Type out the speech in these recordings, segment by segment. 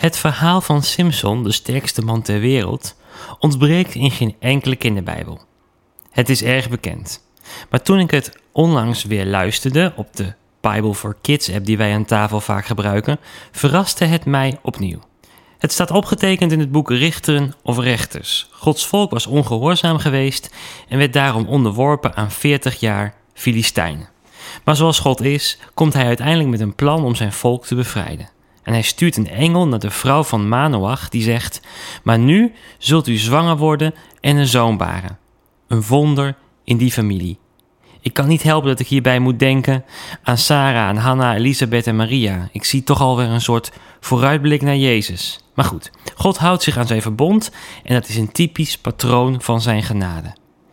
Het verhaal van Simson, de sterkste man ter wereld, ontbreekt in geen enkele kinderbijbel. Het is erg bekend. Maar toen ik het onlangs weer luisterde op de Bible for Kids app die wij aan tafel vaak gebruiken, verraste het mij opnieuw. Het staat opgetekend in het boek Richteren of Rechters. Gods volk was ongehoorzaam geweest en werd daarom onderworpen aan 40 jaar Filistijnen. Maar zoals God is, komt hij uiteindelijk met een plan om zijn volk te bevrijden. En hij stuurt een engel naar de vrouw van Manoach die zegt: maar nu zult u zwanger worden en een zoon baren. Een wonder in die familie. Ik kan niet helpen dat ik hierbij moet denken aan Sarah, aan Hanna, Elisabeth en Maria. Ik zie toch alweer een soort vooruitblik naar Jezus. Maar goed, God houdt zich aan zijn verbond en dat is een typisch patroon van zijn genade.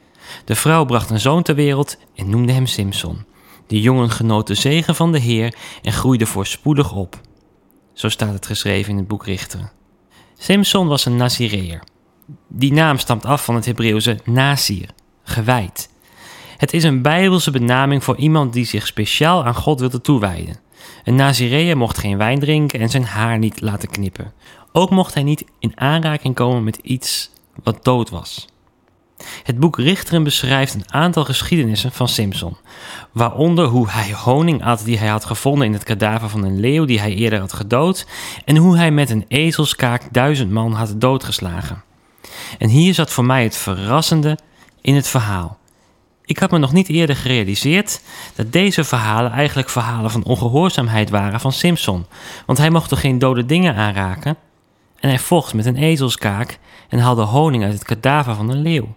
De vrouw bracht een zoon ter wereld en noemde hem Simson. De jongen genoot de zegen van de Heer en groeide voorspoedig op. Zo staat het geschreven in het boek Richteren. Simson was een Nazireër. Die naam stamt af van het Hebreeuwse Nazir, gewijd. Het is een Bijbelse benaming voor iemand die zich speciaal aan God wilde toewijden. Een Nazireër mocht geen wijn drinken en zijn haar niet laten knippen. Ook mocht hij niet in aanraking komen met iets wat dood was. Het boek Richteren beschrijft een aantal geschiedenissen van Simson, waaronder hoe hij honing at die hij had gevonden in het kadaver van een leeuw die hij eerder had gedood en hoe hij met een ezelskaak 1000 man had doodgeslagen. En hier zat voor mij het verrassende in het verhaal. Ik had me nog niet eerder gerealiseerd dat deze verhalen eigenlijk verhalen van ongehoorzaamheid waren van Simson, want hij mocht toch geen dode dingen aanraken? En hij vocht met een ezelskaak en haalde honing uit het kadaver van een leeuw.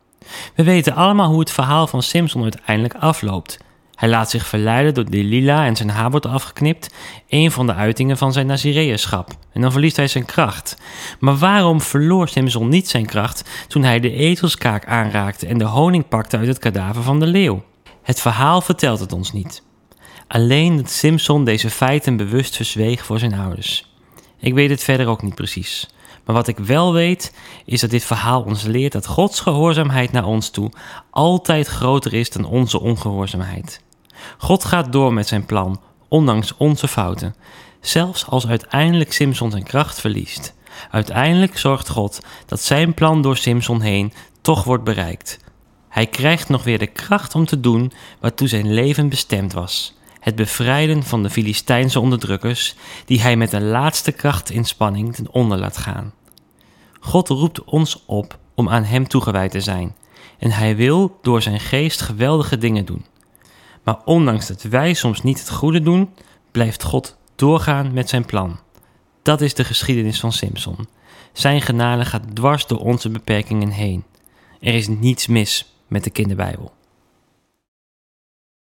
We weten allemaal hoe het verhaal van Simson uiteindelijk afloopt. Hij laat zich verleiden door Delila en zijn haar wordt afgeknipt, een van de uitingen van zijn Nazireërschap. En dan verliest hij zijn kracht. Maar waarom verloor Simson niet zijn kracht toen hij de ezelskaak aanraakte en de honing pakte uit het kadaver van de leeuw? Het verhaal vertelt het ons niet. Alleen dat Simson deze feiten bewust verzweeg voor zijn ouders. Ik weet het verder ook niet precies. Maar wat ik wel weet, is dat dit verhaal ons leert dat Gods gehoorzaamheid naar ons toe altijd groter is dan onze ongehoorzaamheid. God gaat door met zijn plan, ondanks onze fouten. Zelfs als uiteindelijk Simson zijn kracht verliest. Uiteindelijk zorgt God dat zijn plan door Simson heen toch wordt bereikt. Hij krijgt nog weer de kracht om te doen waartoe zijn leven bestemd was. Het bevrijden van de Filistijnse onderdrukkers, die hij met een laatste krachtinspanning ten onder laat gaan. God roept ons op om aan hem toegewijd te zijn. En hij wil door zijn geest geweldige dingen doen. Maar ondanks dat wij soms niet het goede doen, blijft God doorgaan met zijn plan. Dat is de geschiedenis van Simson. Zijn genade gaat dwars door onze beperkingen heen. Er is niets mis met de kinderbijbel.